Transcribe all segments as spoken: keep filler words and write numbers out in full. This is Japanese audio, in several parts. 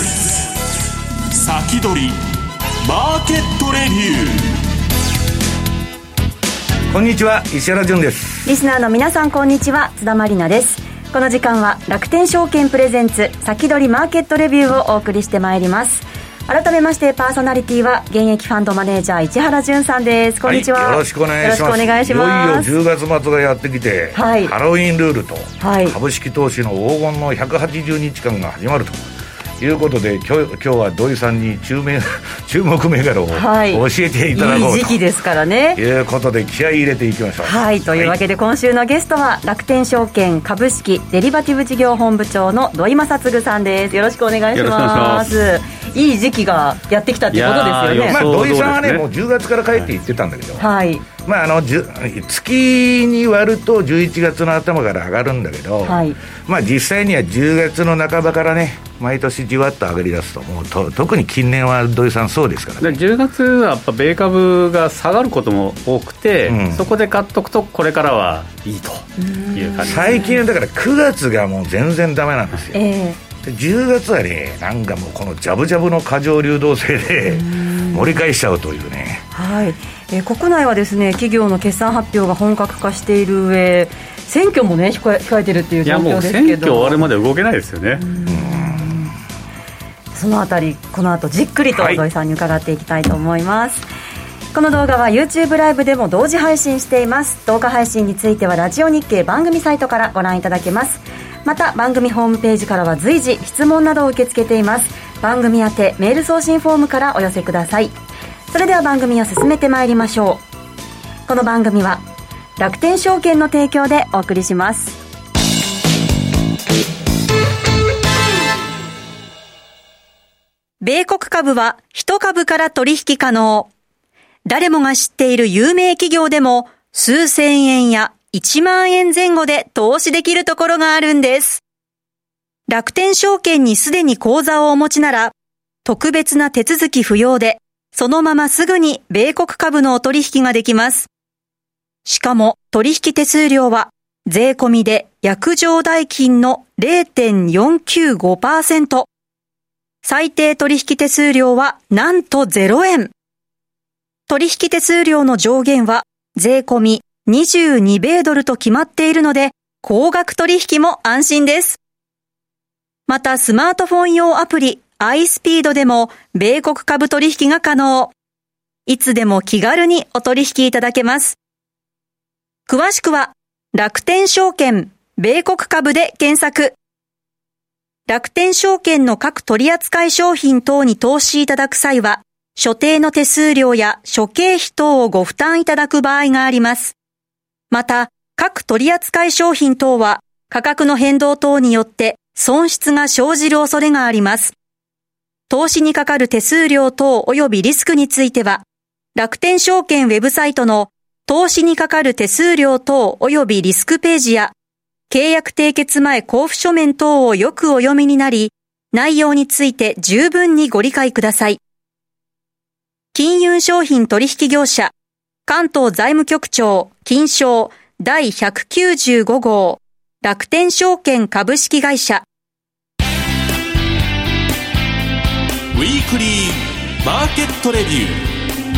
先取りマーケットレビュー。 こんにちは、石原潤です。 リスナーの皆さんこんにちは、津田まりなです。この時間は楽天証券プレゼンツ先取りマーケットレビューをお送りしてまいります。改めましてパーソナリティは現役ファンドマネージャー市原潤さんです。こんにちは、 はい、よろしくお願いします。 よろしくお願いします。 いよいよじゅうがつ末がやってきて、はい、ハロウィンルールと、はい、株式投資の黄金のひゃくはちじゅうにちかんが始まるということで、今日、今日は土井さんに注目、注目銘柄を教えていただこうと、 はい、いい時期ですからね、 いうことで気合い入れていきましょう。 はい、というわけで今週のゲストは楽天証券株式デリバティブ事業本部長の土井正嗣さんです。よろしくお願いします。いい時期がやってきたってことですよね。 まあ、土井さんはね、もうじゅうがつから帰って行ってたんだけど、はい、まあ、あの月に割るとじゅういちがつの頭から上がるんだけど、はい、まあ、実際にはじゅうがつの半ばからね、毎年じわっと上がり出すと、もうと特に近年は土井さんそうですからね。 でじゅうがつはやっぱ米株が下がることも多くて、うん、そこで買っとくとこれからはいいという感じですね。最近だからくがつがもう全然ダメなんですよ、えー、でじゅうがつはね、なんかもうこのジャブジャブの過剰流動性で盛り返しちゃうというね。 はい、えー、国内はですね、企業の決算発表が本格化している上、選挙もね控え、控えてるっていう状況ですけど、いやもう選挙終わるまで動けないですよね。うん、 そのあたりこの後じっくりと土井さんに伺っていきたいと思います、はい、この動画は YouTube ライブでも同時配信しています。動画配信についてはラジオ日経番組サイトからご覧いただけます。また番組ホームページからは随時質問などを受け付けています。番組宛てメール送信フォームからお寄せください。それでは番組を進めてまいりましょう。この番組は楽天証券の提供でお送りします。米国株はいち株から取引可能。誰もが知っている有名企業でも数千円やいちまんえん前後で投資できるところがあるんです。楽天証券にすでに口座をお持ちなら、特別な手続き不要で、そのまますぐに米国株のお取引ができます。しかも取引手数料は税込みで約定代金の ゼロてんよんきゅうごパーセント。最低取引手数料はなんとゼロえん。取引手数料の上限は税込みにじゅうにべいドルと決まっているので、高額取引も安心です。またスマートフォン用アプリ iSpeed でも米国株取引が可能。いつでも気軽にお取引いただけます。詳しくは楽天証券米国株で検索。楽天証券の各取扱商品等に投資いただく際は、所定の手数料や諸経費等をご負担いただく場合があります。また、各取扱商品等は価格の変動等によって損失が生じる恐れがあります。投資にかかる手数料等及びリスクについては、楽天証券ウェブサイトの投資にかかる手数料等及びリスクページや、契約締結前交付書面等をよくお読みになり、内容について十分にご理解ください。金融商品取引業者、関東財務局長金商第ひゃくきゅうじゅうご号、楽天証券株式会社。 ウィークリーマーケットレビュー。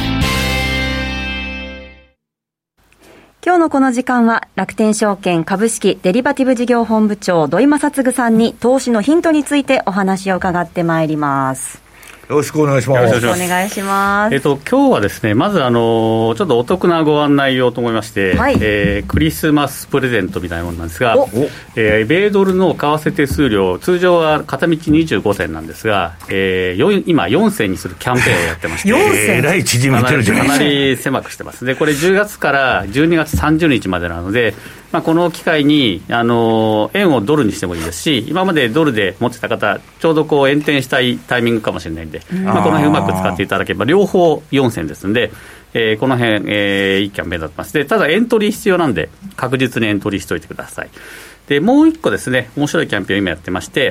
今日のこの時間は楽天証券株式デリバティブ事業本部長土井正嗣さんに投資のヒントについてお話を伺ってまいります。 よろしくお願いします。 よろしくお願いします。 えっと今日はですね、まずあのちょっとお得なご案内をと思いまして、はい、えー、クリスマスプレゼントみたいなものなんですが、えー、米ドルの為替手数料、通常は片道にじゅうごせんなんですが、えー、今よんせんにするキャンペーンをやってましてよんせん、 えらい縮めてるじゃないかなり狭くしてます。でこれじゅうがつからじゅうにがつさんじゅうにちまでなので、まあ、この機会にあの円をドルにしてもいいですし、今までドルで持ってた方ちょうどこう円転したいタイミングかもしれないんで、まあ、この辺うまく使っていただければ両方よんせんですので、えー、この辺、えー、いいキャンペーンになってます。でただエントリー必要なんで確実にエントリーしておいてください。でもう一個ですね、面白いキャンペーンを今やってまして、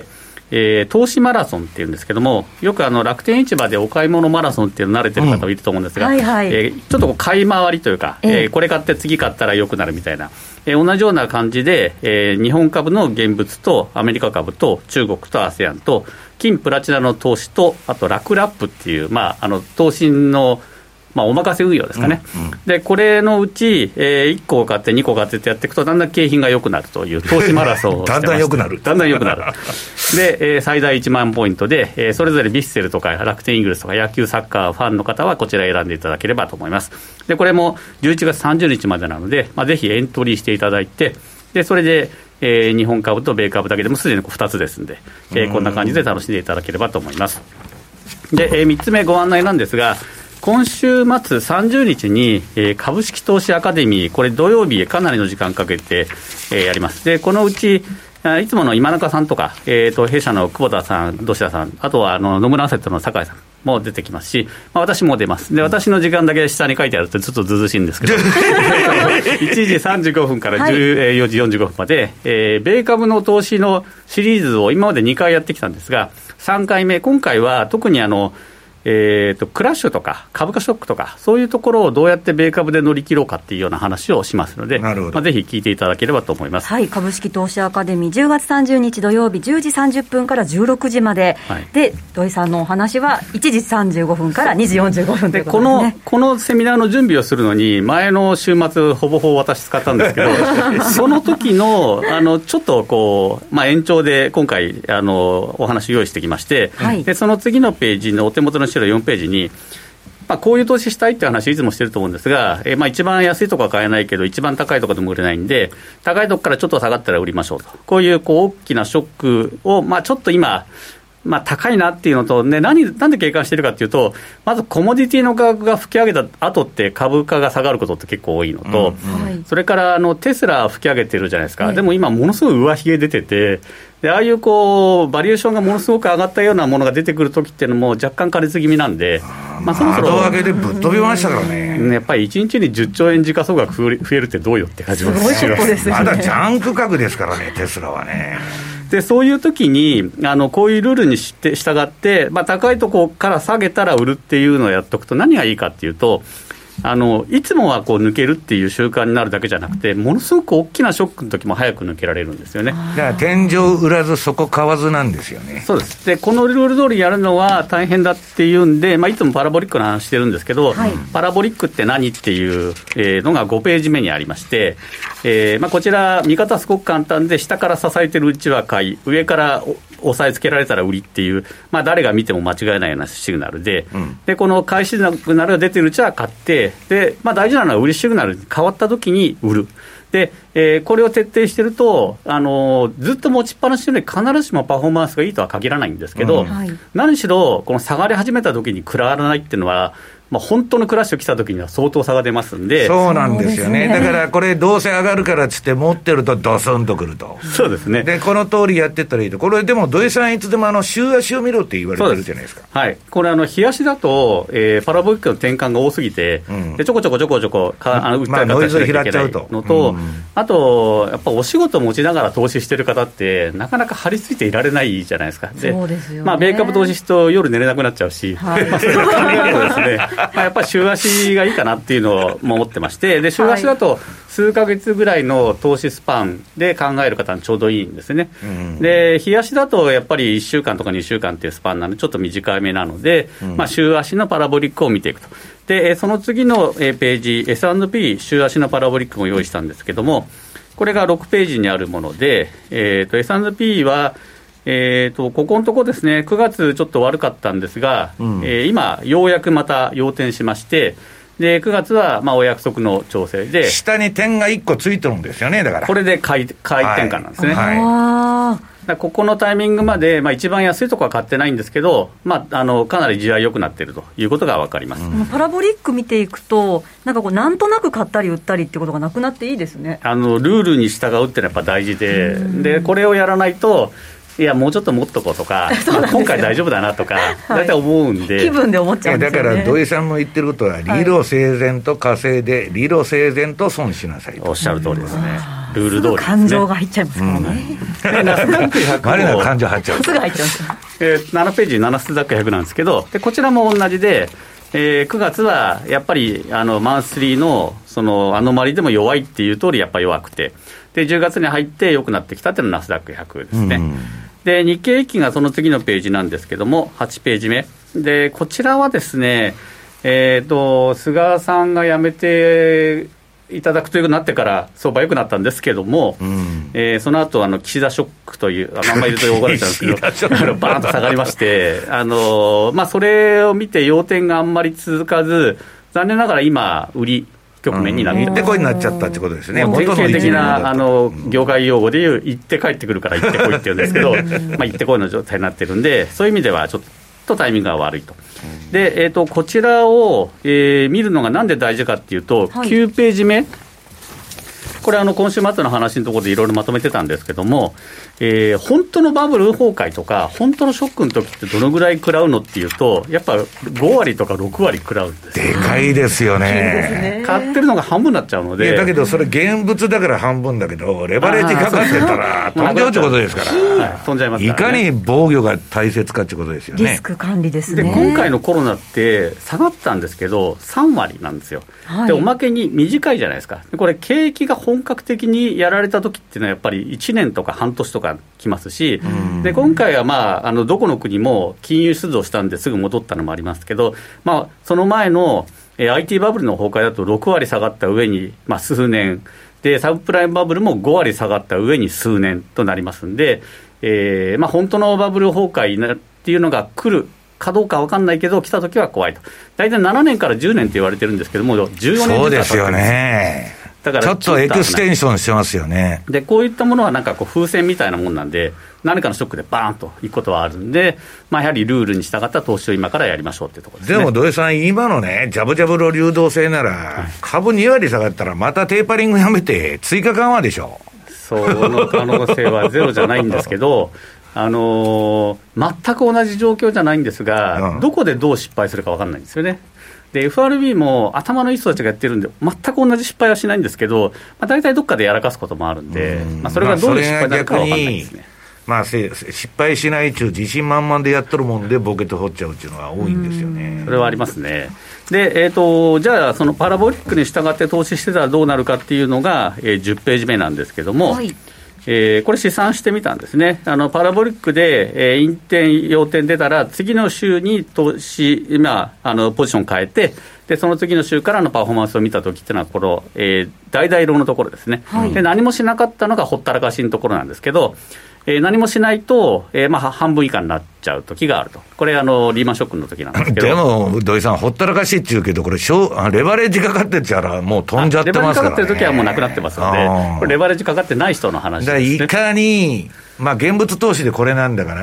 えー、投資マラソンっていうんですけども、よくあの楽天市場でお買い物マラソンっていうの慣れてる方もいると思うんですが、うんはいはいえー、ちょっとこう買い回りというか、えーえー、これ買って次買ったら良くなるみたいな、えー、同じような感じで、えー、日本株の現物とアメリカ株と中国と アセアン と金プラチナの投資とあとラクラップっていう、まあ、あの投資のまあ、お任せ運用ですかね、うんうん、でこれのうち、えー、いっこ買ってにこ買ってってやっていくとだんだん景品が良くなるという投資マラソンをしてまだんだん良くなるだんだん良くなるで、えー、最大いちまんポイントで、えー、それぞれヴィッセルとか楽天イーグルスとか野球サッカーファンの方はこちら選んでいただければと思います。でこれもじゅういちがつさんじゅうにちまでなので、まあ、ぜひエントリーしていただいて、でそれで、えー、日本株と米株だけでもすでにふたつですので、えー、こんな感じで楽しんでいただければと思います。で、えー、みっつめご案内なんですが、今週末さんじゅうにちに、えー、株式投資アカデミー、これ土曜日かなりの時間かけて、えー、やります。でこのうちいつもの今中さんとか、えー、と弊社の久保田さん、土田さん、あとはあの野村アセットの酒井さんも出てきますし、まあ、私も出ます。で私の時間だけ下に書いてあるとちょっとずうずうしいんですけどいちじさんじゅうごふんからじゅうよじよんじゅうごふんまで、はいえー、米株の投資のシリーズを今までにかいやってきたんですが、さんかいめ今回は特にあのえー、とクラッシュとか株価ショックとかそういうところをどうやって米株で乗り切ろうかっていうような話をしますので、まあ、ぜひ聞いていただければと思います。 はい、株式投資アカデミーじゅうがつさんじゅうにち土曜日じゅうじさんじゅっぷんからじゅうろくじまで、はい、で土井さんのお話はいちじさんじゅうごふんからにじよんじゅうごふんということですね。 でこの、このセミナーの準備をするのに前の週末ほぼほぼ私使ったんですけどその時の、あのちょっとこう、まあ、延長で今回あのお話を用意してきまして、はい、でその次のページのお手元の資料よんページにまあ、こういう投資したいっていう話いつもしてると思うんですが、えー、まあ一番安いところは買えないけど一番高いところでも売れないんで、高いところからちょっと下がったら売りましょうと、こういうこう大きなショックを、まあ、ちょっと今、まあ、高いなっていうのと、ね、何なんで警戒してるかっていうと、まずコモディティの価格が吹き上げた後って株価が下がることって結構多いのと、うんうん、それからあのテスラ吹き上げてるじゃないですか、はい、でも今ものすごい上髭出てて、でああいうこうバリエーションがものすごく上がったようなものが出てくるときっていうのも若干過熱気味なんで、まあ、そろそろ窓上げでぶっ飛びましたからね。 やっぱりいちにちにじゅっちょうえん時価総額増えるってどうよって感じます。 すごいことですよね。 まだジャンク株ですからね、テスラはね。 でそういう時にあのこういうルールにして従って、まあ、高いところから下げたら売るっていうのをやっておくと何がいいかっていうと、あのいつもはこう抜けるっていう習慣になるだけじゃなくて、ものすごく大きなショックの時も早く抜けられるんですよね。 だから天井売らず底買わずなんですよね。 そうです。でこのルール通りやるのは大変だっていうんで、まあ、いつもパラボリックの話してるんですけど、はい、パラボリックって何っていうのがごページ目にありまして、えーまあ、こちら見方はすごく簡単で、下から支えてるうちは買い、上から押さえつけられたら売りっていう、まあ、誰が見ても間違いないようなシグナル で,、うん、でこの買いシグナルが出てるうちは買って、で、まあ、大事なのは売りシグナルに変わったときに売る。で、えー、これを徹底してると、あのー、ずっと持ちっぱなしで必ずしもパフォーマンスがいいとは限らないんですけど、うんはい、何しろこの下がり始めたときに食らわないっていうのは、まあ、本当のクラッシュ来たときには相当差が出ますんで。 そうなんですよね。だからこれどうせ上がるからっつって持ってるとドスンとくると。 そうですね。 でこの通りやってったらいいと。これでも土井さんいつでもあの週足を見ろって言われてるじゃないですか。 すはい。これあの日足だと、えー、パラボリックの転換が多すぎて、うん、でちょこちょこちょこちょこかあのまあ、ノイズを拾っちゃうとのと、うん、あとやっぱお仕事持ちながら投資してる方ってなかなか張り付いていられないじゃないですか。でそうですよね。 まあ、米株投資すると夜寝れなくなっちゃうし、はい、まあ、それを考えるとですね、まあ、やっぱり週足がいいかなっていうのを思ってまして、で週足だと数ヶ月ぐらいの投資スパンで考える方にちょうどいいんですね、うん、で日足だとやっぱりいっしゅうかんとかにしゅうかんっていうスパンなのでちょっと短めなので、うん、まあ、週足のパラボリックを見ていくと。でその次のページ エスアンドピー 週足のパラボリックも用意したんですけども、これがろくページにあるもので、えー、と エスアンドピー はえー、とここのところですね、くがつちょっと悪かったんですが、うん、えー、今ようやくまた要点しまして、でくがつはまあお約束の調整で下に点がいっこついてるんですよね。だからこれで買い、買い転換なんですね、 はいはい、 だここのタイミングまで、まあ、一番安いところは買ってないんですけど、まあ、あのかなり地合い良くなっているということが分かります、うん、 パラボリック見ていくとなんかこうなんとなく買ったり売ったりってことがなくなっていいですね。 あのルールに従うっていうのはやっぱ大事で、でこれをやらないといやもうちょっと持っとこうとか、まあ、今回大丈夫だなとか大体思うんで、 はい、気分で思っちゃうんですよね。 だから土井さんの言ってることは、理路整然と稼いで、理路整然と損しなさいと。 おっしゃる通りですね。ルール通りですね。 感情が入っちゃいますからね、 うん、でナスダックひゃくあれな感情入っちゃう。 すぐ入っちゃうんですよ。 えー、ななページナスダックひゃくなんですけど、でこちらも同じで、えー、くがつはやっぱりあのマンスリー の, そのアノマリでも弱いっていう通りやっぱり弱くて、でじゅうがつに入って良くなってきたっていうのがナスダックひゃくですね、うん、で日経平均がその次のページなんですけども、はちページ目で、こちらはですね、えー、と菅さんが辞めていただくというようになってから相場良くなったんですけども、うん、えー、その後あの岸田ショックというあのあんまり言うと怒られちゃうんですけどあのバーンと下がりましてあの、まあ、それを見て要点があんまり続かず、残念ながら今売り局面になって、うん、 行ってこいになっちゃったってことですね。 典型的なあの業界用語でいう行って帰ってくるから行ってこいって言うんですけどまあ行ってこいの状態になってるんで、そういう意味ではちょっとタイミングが悪いと。で、えー、とこちらを、えー、見るのがなんで大事かっていうと、はい、きゅうページ目、これあの今週末の話のところでいろいろまとめてたんですけども、えー、本当のバブル崩壊とか本当のショックの時ってどのぐらい食らうのっていうと、やっぱごわりとかろくわり食らうんです。 でかいですよね。 買ってるのが半分になっちゃうので。 いやだけどそれ現物だから半分だけど、レバレッジかかってたら飛んじゃうってことですから、 はい、飛んじゃいますからね。 いかに防御が大切かってことですよね。 リスク管理ですね。 で今回のコロナって下がったんですけどさんわりなんですよ、はい、でおまけに短いじゃないですか。でこれ景気が本格的にやられた時っていうのはやっぱりいちねんとか半年とかきますし、で今回は、まあ、あのどこの国も金融出動したんですぐ戻ったのもありますけど、まあ、その前の、えー、アイティー バブルの崩壊だとろくわり下がった上に、まあ、数年で、サブプライムバブルもごわり下がった上に数年となりますんで、えーまあ、本当のバブル崩壊っていうのが来るかどうか分かんないけど来た時は怖いと。大体ななねんからじゅうねんと言われてるんですけども、じゅうよねんそうですよね。だからちょっとエクステンションしてますよね。 でこういったものはなんかこう風船みたいなもんなんで、何かのショックでバーンといくことはあるんで、まあ、やはりルールに従った投資を今からやりましょうというところですね。 でも土井さん、今のねジャブジャブの流動性なら、はい、株にわり下がったらまたテーパリングやめて追加緩和でしょ。 その可能性はゼロじゃないんですけどあのー、全く同じ状況じゃないんですが、うん、どこでどう失敗するか分かんないんですよね。で エフアールビー も頭のいい人たちがやってるんで全く同じ失敗はしないんですけど、まあ、大体どっかでやらかすこともあるんで、うんまあ、それがどういう失敗になるか分かんないですね。 まあ、失敗しない中自信満々でやってるもんでボケて掘っちゃうっていうのが多いんですよね。 それはありますね。で、えーと、じゃあそのパラボリックに従って投資してたらどうなるかっていうのが、えー、じゅうページ目なんですけども、はいえー、これ試算してみたんですね。あのパラボリックで、えー、陰点陽点出たら次の週に投資、まあ、あのポジション変えて、でその次の週からのパフォーマンスを見たときっていうのはこの、えー、橙色のところですね、はい、で何もしなかったのがほったらかしのところなんですけど、えー、何もしないと、えーまあ、半分以下になっちゃう時があると。これあのリーマンショックの時なんですけど。 でも土井さんほったらかしって言うけど、これレバレッジかかってっちゃらもう飛んじゃってますからね。 レバレッジかかってる時はもうなくなってますので、これレバレッジかかってない人の話ですね。 だからいかに、まあ、現物投資でこれなんだから、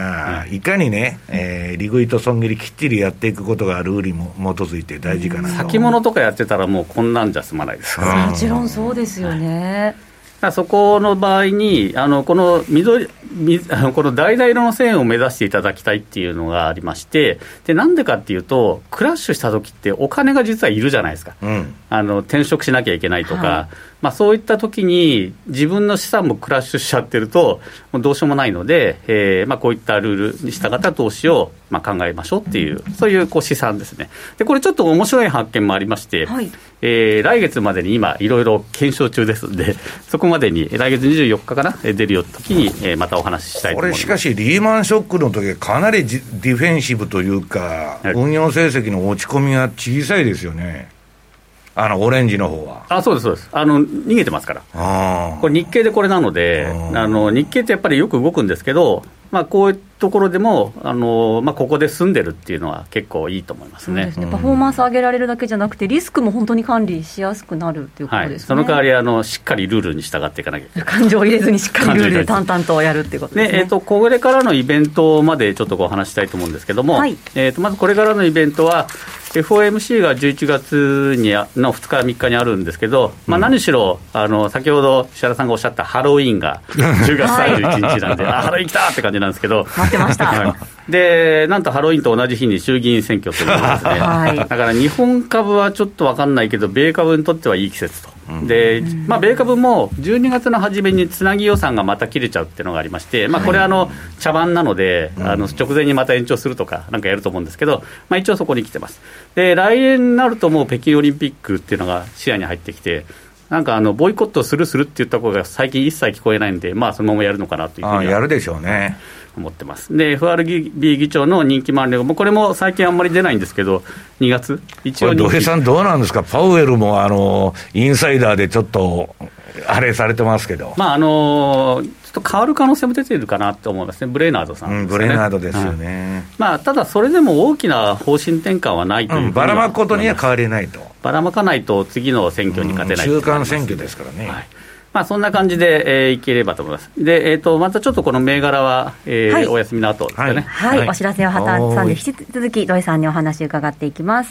うん、いかにね、えー、利食いと損切りきっちりやっていくことがルールにも基づいて大事かなと。 先物とかやってたらもうこんなんじゃ済まないですから、 もちろんそうですよね、はいそこの場合にあのこの緑あのこの橙色の線を目指していただきたいっていうのがありまして、でなんでかっていうとクラッシュした時ってお金が実はいるじゃないですか、うん、あの転職しなきゃいけないとか、はいまあ、そういった時に自分の資産もクラッシュしちゃってるともうどうしようもないので、えーまあ、こういったルールに従った投資をまあ考えましょうっていう、そういうこう試算ですね。でこれちょっと面白い発見もありまして、はいえー、来月までに今いろいろ検証中ですので、そこまでに来月にじゅうよっかかな出るよ時に、えー、またお話ししたいと思います。 これしかしリーマンショックの時かなりディフェンシブというか、はい、運用成績の落ち込みが小さいですよね。あのオレンジの方は。 あ、そうですそうです。あの逃げてますから。あこれ日経でこれなので、あの日経ってやっぱりよく動くんですけど、まあ、こういうところでもあの、まあ、ここで住んでるっていうのは結構いいと思いますね。 そうですね、パフォーマンス上げられるだけじゃなくてリスクも本当に管理しやすくなるっていうことですね、はい、 その代わりあのしっかりルールに従っていかなきゃいけない。 感情を入れずにしっかりルールで淡々とやるっていうことですね。 で、えーと、これからのイベントまでちょっとお話したいと思うんですけども、はいえーと、まずこれからのイベントは、 エフオーエムシー がじゅういちがつにのふつかみっかにあるんですけど、まあ、何しろあの先ほど石原さんがおっしゃったハロウィーンがじゅうがつさんじゅういちにちなんで、はい、あハロウィーン来たって感じなんですけど、 待ってました、 はい、でなんとハロウィーンと同じ日に衆議院選挙ということですね、はい、だから日本株はちょっと分かんないけど米株にとってはいい季節と。でまあ、米株もじゅうにがつの初めにつなぎ予算がまた切れちゃうっていうのがありまして、まあ、これはあの茶番なので、あの直前にまた延長するとかなんかやると思うんですけど、まあ、一応そこに来てます。で来年になるともう北京オリンピックっていうのが視野に入ってきて、なんかあのボイコットするするって言った声が最近一切聞こえないんで、まあ、そのままやるのかなというふうにはあやるでしょうね思ってます。で エフアールビー 議長の任期満了もこれも最近あんまり出ないんですけど、にがつ一応土平さんどうなんですか。パウエルもあのインサイダーでちょっとあれされてますけど、 まああのちょっと変わる可能性も出ているかなと思いますね。ブレイナードさんですね、 うん、ブレイナードですよね、 うんまあ、ただそれでも大きな方針転換はないという、うん、 ばらまくことには変わりないと。 ばらまかないと次の選挙に勝てない、 うん、中間選挙ですからね、 はいまあ、そんな感じで、えー、いければと思います。で、えー、とまたちょっとこの銘柄は、えーはい、お休みの後ですね、 はいはい、お知らせを挟んで引き続き土井さんにお話を伺っていきます。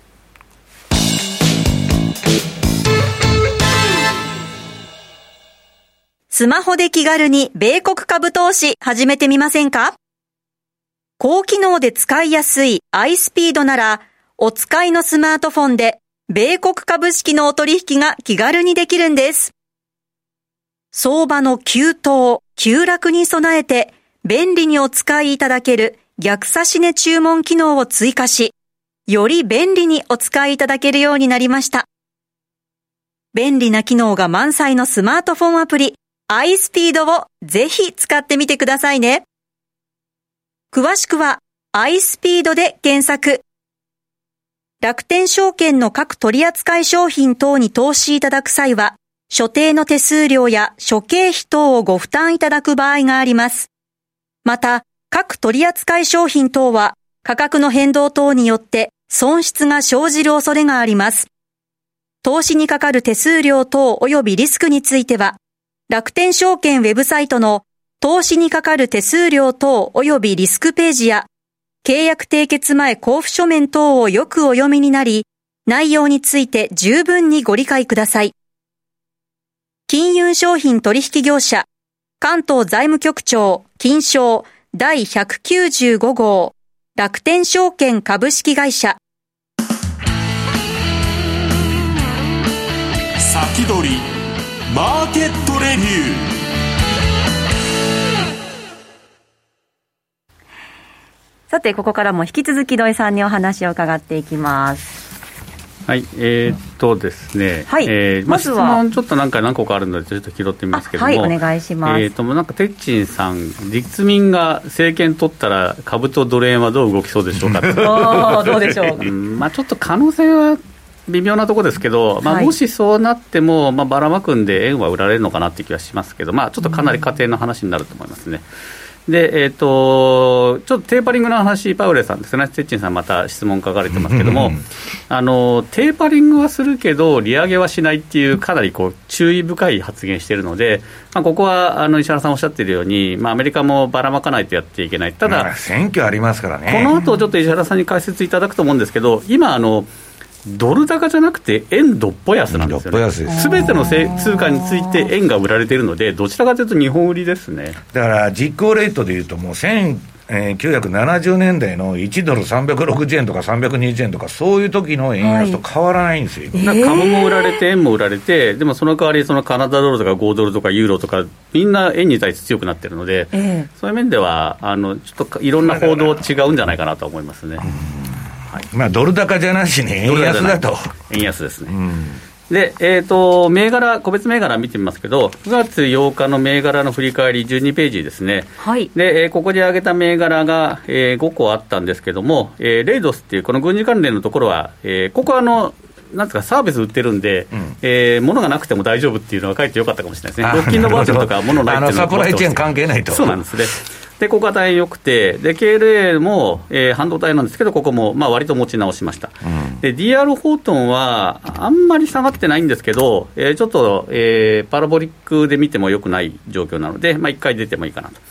スマホで気軽に米国株投資始めてみませんか？高機能で使いやすい iSpeed なら、お使いのスマートフォンで米国株式のお取引が気軽にできるんです。相場の急騰、急落に備えて便利にお使いいただける逆差し値注文機能を追加し、より便利にお使いいただけるようになりました。便利な機能が満載のスマートフォンアプリiSpeed をぜひ使ってみてくださいね。詳しくは iSpeed で検索。楽天証券の各取扱商品等に投資いただく際は、所定の手数料や諸経費等をご負担いただく場合があります。また、各取扱商品等は価格の変動等によって損失が生じる恐れがあります。投資にかかる手数料等及びリスクについては、楽天証券ウェブサイトの投資にかかる手数料等及びリスクページや契約締結前交付書面等をよくお読みになり、内容について十分にご理解ください。金融商品取引業者関東財務局長金商だいひゃくきゅうじゅうご号楽天証券株式会社。 先取りマーケットレビュー。 さてここからも引き続き土井さんにお話を伺っていきます。 はい、えー、っとですね、 はい、 えー、まずは、まあ、質問ちょっとなんか何個かあるのでちょっと拾ってみますけども、 はい、お願いします。 えー、っとなんかてっちんさん、立民が政権取ったら株とドル円はどう動きそうでしょうかおどうでしょう、 うんまあ、ちょっと可能性は微妙なところですけど、まあ、もしそうなっても、まあ、ばらまくんで円は売られるのかなっていう気はしますけど、まあ、ちょっとかなり仮定の話になると思いますね。で、えー、とちょっとテーパリングの話、パウエルさんですね、テッチンさんまた質問書かれてますけども、あのテーパリングはするけど利上げはしないっていうかなりこう注意深い発言しているので、まあ、ここはあの石原さんおっしゃっているように、まあ、アメリカもばらまかないとやっていけない。ただ、 まあ、選挙ありますからね。 この後ちょっと石原さんに解説いただくと思うんですけど、今あのドル高じゃなくて円どっぽ安なんですよね。すべての通貨について円が売られているので、どちらかというと日本売りですね。 だから実行レートでいうともうせんきゅうひゃくななじゅうねんだいのいちドルさんびゃくろくじゅうえんとかさんびゃくにじゅうえんとかそういう時の円安と変わらないんですよ、 はい、株も売られて円も売られて、でもその代わりそのカナダドルとかごドルとかユーロとかみんな円に対して強くなっているので、えー、そういう面ではあのちょっといろんな報道違うんじゃないかなと思いますね。 はい、まあ、ドル高じゃなしに円安だと。 円安ですね、うん、で、えーと、銘柄個別銘柄見てみますけど、くがつようかの銘柄の振り返りじゅうにページですね、 はい、 で、えー、ここで挙げた銘柄が、えー、ごこあったんですけども、えー、レイドスっていうこの軍事関連のところは、えー、ここはあのなんていうかサービス売ってるんで、うん、えー、物がなくても大丈夫っていうのが書いてよかったかもしれないですね。ロッキンのバージョンとか物ないっていうのはサプライチェーン関係ないと。 そうなんですね。でここは大変良くて、で ケーエルエー も、えー、半導体なんですけど、ここもまあ割と持ち直しました、うん、で ディーアール ホートンはあんまり下がってないんですけど、えー、ちょっと、えー、パラボリックで見ても良くない状況なので、まあ、いっかい出てもいいかなと。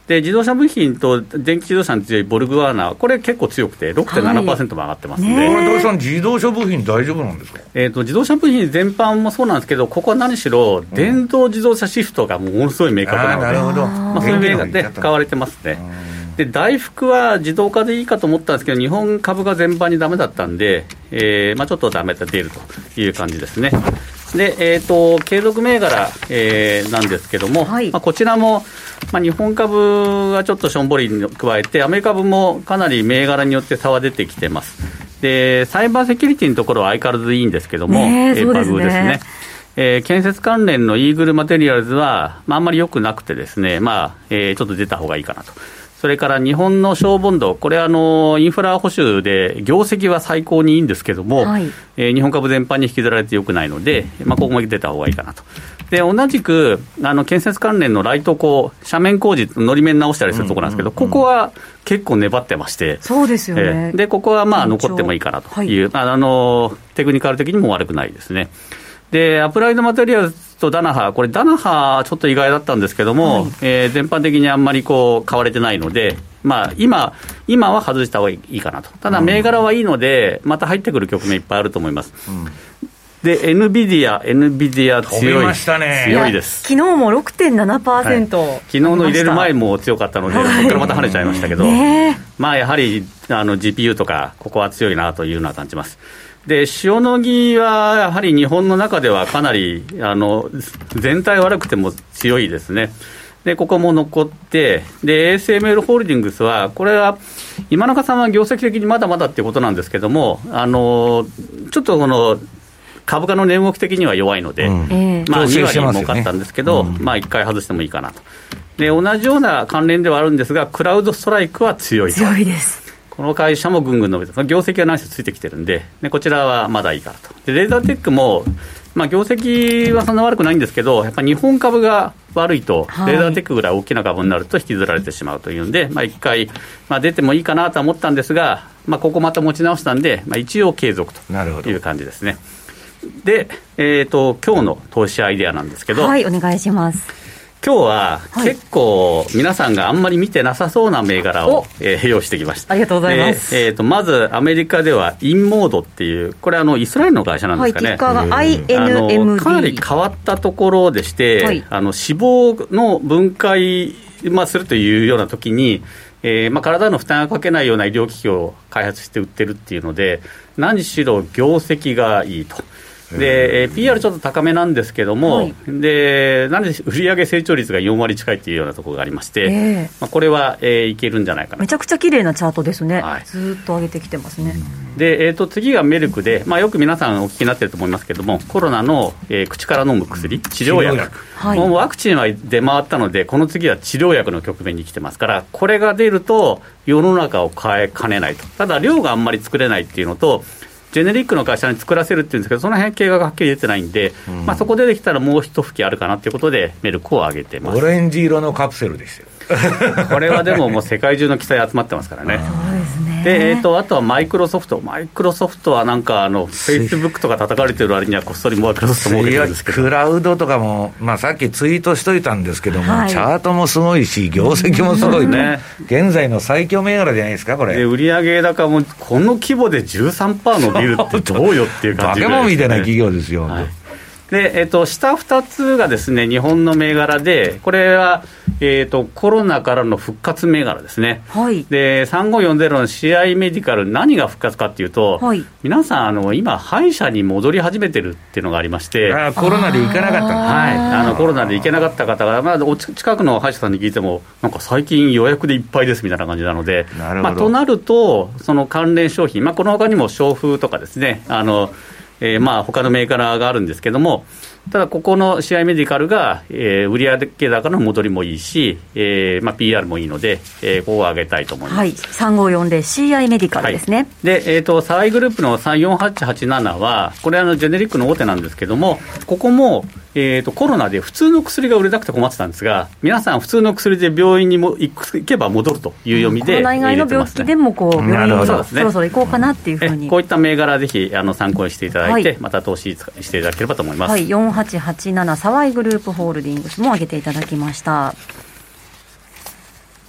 で自動車部品と電気自動車に強いボルグワーナー、これ結構強くて ろくてんななパーセント も上がってますので、 はいね、さん自動車部品大丈夫なんですか？ えーと、自動車部品全般もそうなんですけど、ここは何しろ電動自動車シフトがものすごい明確なので、 なるほど、 まあ、そういう銘柄で買われてますね。で大福は自動化でいいかと思ったんですけど、日本株が全般にダメだったんで、えーまあ、ちょっとダメが出るという感じですね。で、えーと、継続銘柄、えー、なんですけども、はい、まあ、こちらも、まあ、日本株がちょっとしょんぼりに加えて、アメリカ株もかなり銘柄によって差は出てきてます。でサイバーセキュリティのところは相変わらずいいんですけども、 ね、そうですね、 パグですね。えー、建設関連のイーグルマテリアルズは、まあ、あんまり良くなくてですね、まあえー、ちょっと出た方がいいかなと。それから日本の小ボンド、これはあのインフラ保守で業績は最高にいいんですけども、はい、えー、日本株全般に引きずられて良くないので、まあ、ここも出た方がいいかなと。で同じくあの建設関連のライト工、斜面工事、のり面直したりするところなんですけど、うんうんうん、ここは結構粘ってまして、 そうですよね、 えー、でここはまあ残ってもいいかなという、はい、あのテクニカル的にも悪くないですね。でアプライドマテリアルズとダナハ、これダナハちょっと意外だったんですけども、はい、えー、全般的にあんまりこう買われてないので、まあ、今, 今は外した方がいいかなと。ただ銘柄はいいのでまた入ってくる局面いっぱいあると思います、うん、で エヌビディア エヌビディア強い、 ましたね、 強いです。 昨日も ろくてんななパーセント、はい、 昨日の入れる前も強かったので、はい、そこからまた跳ねちゃいましたけど、ね、まあ、やはりあの ジーピーユー とかここは強いなというのは感じます。で塩野義はやはり日本の中ではかなりあの全体悪くても強いですね。でここも残って、で エーエスエムエル ホールディングスは、これは今中さんは業績的にまだまだっていうことなんですけども、あのちょっとこの株価の値動き的には弱いので、うん、まあ、にわり儲かったんですけど、うん、まあ、いっかい外してもいいかなと。で同じような関連ではあるんですが、クラウドストライクは強いと。 強いです。 この会社もぐんぐん伸びて、業績は何せついてきてるんで、でこちらはまだいいかなと。でレーザーテックも、まあ、業績はそんな悪くないんですけど、やっぱり日本株が悪いと、はい、レーザーテックぐらい大きな株になると引きずられてしまうというんで、まあ、いっかい、まあ、出てもいいかなと思ったんですが、まあ、ここまた持ち直したんで、まあ、一応継続という感じですね。で、えーと、今日の投資アイデアなんですけど、 はい、お願いします。 今日は結構皆さんがあんまり見てなさそうな銘柄を、えー、用意してきました。 ありがとうございます。 えー、とまずアメリカではインモードっていう、これあのイスラエルの会社なんですかね、 はい、ティッカーが アイエヌエムディー、 かなり変わったところでして、はい、あの脂肪の分解、まあ、するというような時に、えーまあ、体の負担がかけないような医療機器を開発して売ってるっていうので、何しろ業績がいいと。で、えー、ピーアール ちょっと高めなんですけども、はい、でなんで売上成長率がよんわり近いっていうようなところがありまして、えーまあ、これは、えー、いけるんじゃないかな。 めちゃくちゃ綺麗なチャートですね、はい、ずっと上げてきてますね。 で、えー、と次がメルクで、まあ、よく皆さんお聞きになってると思いますけども、コロナの、えー、口から飲む薬、治療薬、治療薬、はい、もうワクチンは出回ったので、この次は治療薬の局面に来てますから、これが出ると世の中を変えかねないと。ただ量があんまり作れないっていうのと、ジェネリックの会社に作らせるっていうんですけど、その辺経過がはっきり出てないんで、うん、まあ、そこでできたらもう一吹きあるかなということでメルクを上げてます。 オレンジ色のカプセルですよこれはでももう世界中の期待集まってますからね。 そうですね。 で、えー、とあとはマイクロソフトマイクロソフトはなんかあのフェイスブックとか叩かれてる割にはこっそりマイクロソフト儲けてるんですけど、 クラウドとかも、まあ、さっきツイートしといたんですけども、はい、チャートもすごいし業績もすごいね、現在の最強銘柄じゃないですかこれ。 で売上高もこの規模で じゅうさんパーセント 伸びるってどうよっていう感じで、ね、 化け物みたいな企業ですよ、はい。 で、えー、と下ふたつがですね日本の銘柄で、これは、えー、とコロナからの復活銘柄ですね、はい、でさんごよんゼロの シーアイ メディカル、何が復活かっていうと、はい、皆さんあの今歯医者に戻り始めてるっていうのがありまして、 あコロナで行かなかったんだ、 はい、あのコロナで行けなかった方が、まあ、お近くの歯医者さんに聞いてもなんか最近予約でいっぱいですみたいな感じなので、なるほど、まあ、となるとその関連商品、まあ、この他にも商風とかですね、あの、えー、まあ他のメーカーがあるんですけども、ただここの シーアイ メディカルが、えー、売上高の戻りもいいし、えーまあ、ピーアール もいいので、えー、ここを上げたいと思います、はい、 さんごよんゼロ シーアイ メディカルですね、はい、 で、えーと、サワイグループのさんよんはちはちななはこれはあのジェネリックの大手なんですけども、ここも、えーと、コロナで普通の薬が売れなくて困ってたんですが、皆さん普通の薬で病院にも行けば戻るという読みで、 コロナ以外の病気でもこう病院にそろそろ行こうかなっていうふうに、 こういった銘柄ぜひあの参考にしていただいて、はい、また投資していただければと思います、 はい、よんはちはちななサワイグループホールディングスも上げていただきました。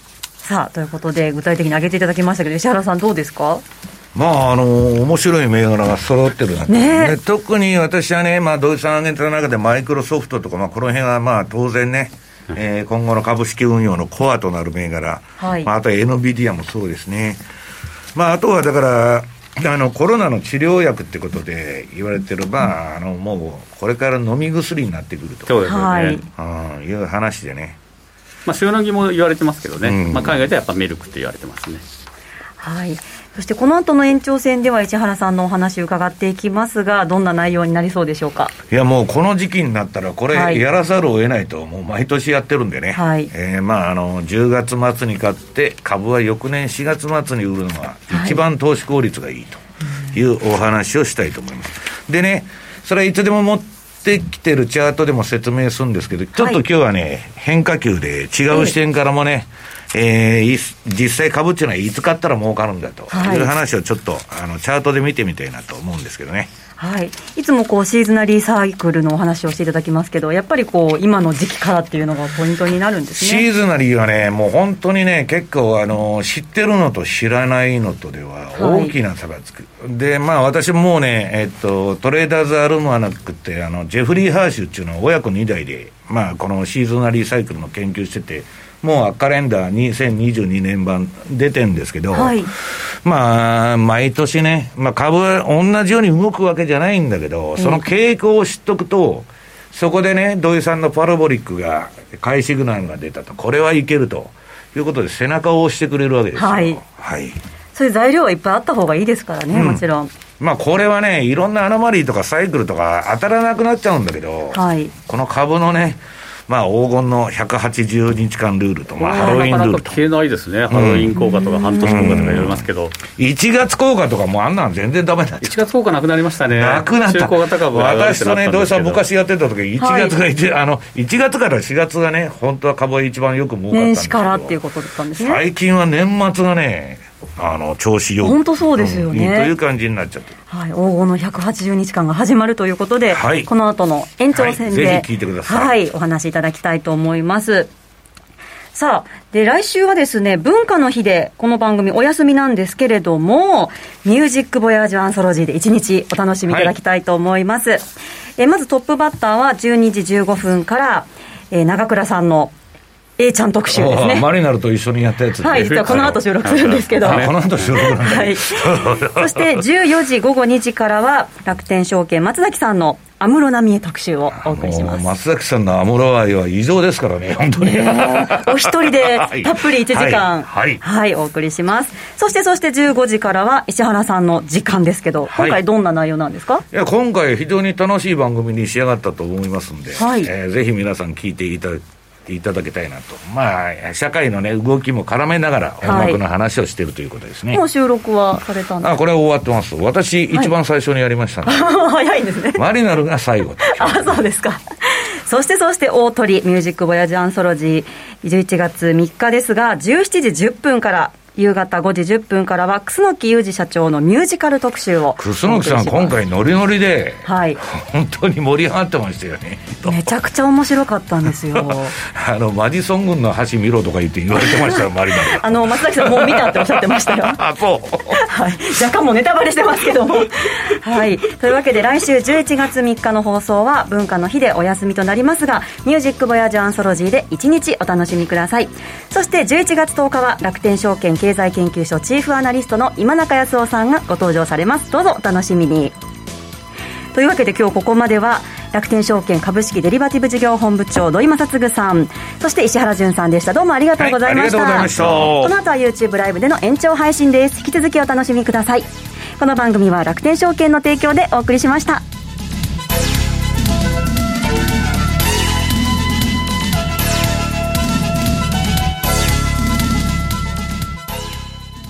さあということで具体的に挙げていただきましたけど、石原さんどうですか？ まああの面白い銘柄が揃ってるなと、ね、特に私はね、まあ、土井さん挙げた中でマイクロソフトとか、まあ、この辺はまあ当然ね、えー、今後の株式運用のコアとなる銘柄、はい、まあ、あとはエヌビディアもそうですね。まあ、あとはだからあのコロナの治療薬ってことで言われてる、まあ、あのもうこれから飲み薬になってくると、 そうですよね、 うん、いう話でね、 まあ、塩野義も言われてますけどね、うん、まあ、海外ではやっぱメルクって言われてますね。 はい、そしてこの後の延長戦では石原さんのお話伺っていきますが、どんな内容になりそうでしょうか？ いやもうこの時期になったらこれやらざるを得ないと、もう毎年やってるんでね、はい、えー、まああのじゅうがつ末に買って株は翌年しがつ末に売るのが一番投資効率がいいというお話をしたいと思います、うん、でね、それはいつでも持ってきてるチャートでも説明するんですけど、ちょっと今日はね、はい、変化球で違う視点からもね、えー、実際株っていうのはいつ買ったら儲かるんだという話をちょっと、はい、あのチャートで見てみたいなと思うんですけどね。 はい、いつもこうシーズナリーサイクルのお話をしていただきますけど、やっぱりこう今の時期からっていうのがポイントになるんですね。 シーズナリーはね、もう本当にね、結構あの知ってるのと知らないのとでは大きな差がつく、はい、でまあ私ももうね、えっと、トレーダーズアルマナックってあのジェフリー・ハーシュっていうのを親子に代で、まあ、このシーズナリーサイクルの研究してて、もうカレンダーにせんにじゅうにねん版出てるんですけど、はい、まあ毎年ね、まあ、株は同じように動くわけじゃないんだけど、その傾向を知っとくと、そこでね土井さんのパラボリックが買いシグナルが出たと、これはいけるということで背中を押してくれるわけですよ。はい、はい、 そういう材料はいっぱいあった方がいいですからね、うん、もちろん。 まあこれはね、いろんなアノマリーとかサイクルとか当たらなくなっちゃうんだけど、はい、この株のね、まあ、黄金のひゃくはちじゅうにちかんルールと、まあ、ハロウィンルールと。なかなか消えないですね、ハロウィン効果とか半年効果とか言われますけど、 うん、いちがつ効果とかもうあんなん全然ダメだった。いちがつ効果なくなりましたね。 なくなった。 中小型株は私とね、土井さん昔やってた時、いちがつが、はい、あのいちがつからしがつがね、本当は株は一番よく儲かったんですけど、 年始からっていうことだったんですね。 最近は年末がね、あの調子よく、 本当そうですよね、 うん、という感じになっちゃってる、 はい、黄金のひゃくはちじゅうにちかんが始まるということで、はい、この後の延長戦で、 はい、ぜひ聞いてください、 はい、お話しいただきたいと思います。さあで来週はですね、文化の日でこの番組お休みなんですけれども、ミュージックボヤージュアンソロジーでいちにちお楽しみいただきたいと思います、はい、えまずトップバッターはじゅうにじじゅうごふんから、えー、長倉さんのA ちゃん特集ですね。 マリナルと一緒にやったやつ、ね、 はい、実はこの後収録するんですけど、 この後収録なんで、はい、 そしてじゅうよじごごにじからは楽天証券松崎さんの安室奈美恵特集をお送りします。 松崎さんの安室愛は異常ですからね、本当に、ね、 お一人でたっぷりいちじかん、はいはいはい、お送りします。そしてそしてじゅうごじからは石原さんの時間ですけど、今回どんな内容なんですか？はい、 いや今回非常に楽しい番組に仕上がったと思いますんで、はい、えー、ぜひ皆さん聞いていただいただきたいなと。まあ社会のね動きも絡めながら音楽の話をしているということですね、 はい、もう収録はされたんですか？ あ、これは終わってます。私一番最初にやりましたね、 はい、早いんですね。 マリナルが最後あ、そうですか。そしてそして大鳥ミュージックボヤージュアンソロジーじゅういちがつみっかですが、じゅうしちじじゅっぷんから夕方ごじじゅっぷんからは楠木裕二社長のミュージカル特集を。 楠木さん今回ノリノリで、はい、本当に盛り上がってましたよね。 めちゃくちゃ面白かったんですよあのマディソン軍の橋見ろとか言って言われてましたよマリナルあの松崎さんもう見たっておっしゃってましたよあ、そう、 はい、若干もうネタバレしてますけどもはい、というわけで来週じゅういちがつみっかの放送は文化の日でお休みとなりますが、ミュージックボヤージュアンソロジーでいちにちお楽しみください。そしてじゅういちがつとおかは楽天証券経済研究所チーフアナリストの今中康夫さんがご登場されます。どうぞお楽しみに。というわけで今日ここまでは楽天証券株式デリバティブ事業本部長土井正嗣さん、そして石原潤さんでした。どうもありがとうございました、はい、ありがとうございました。この後は YouTube ライブでの延長配信です。引き続きお楽しみください。この番組は楽天証券の提供でお送りしました。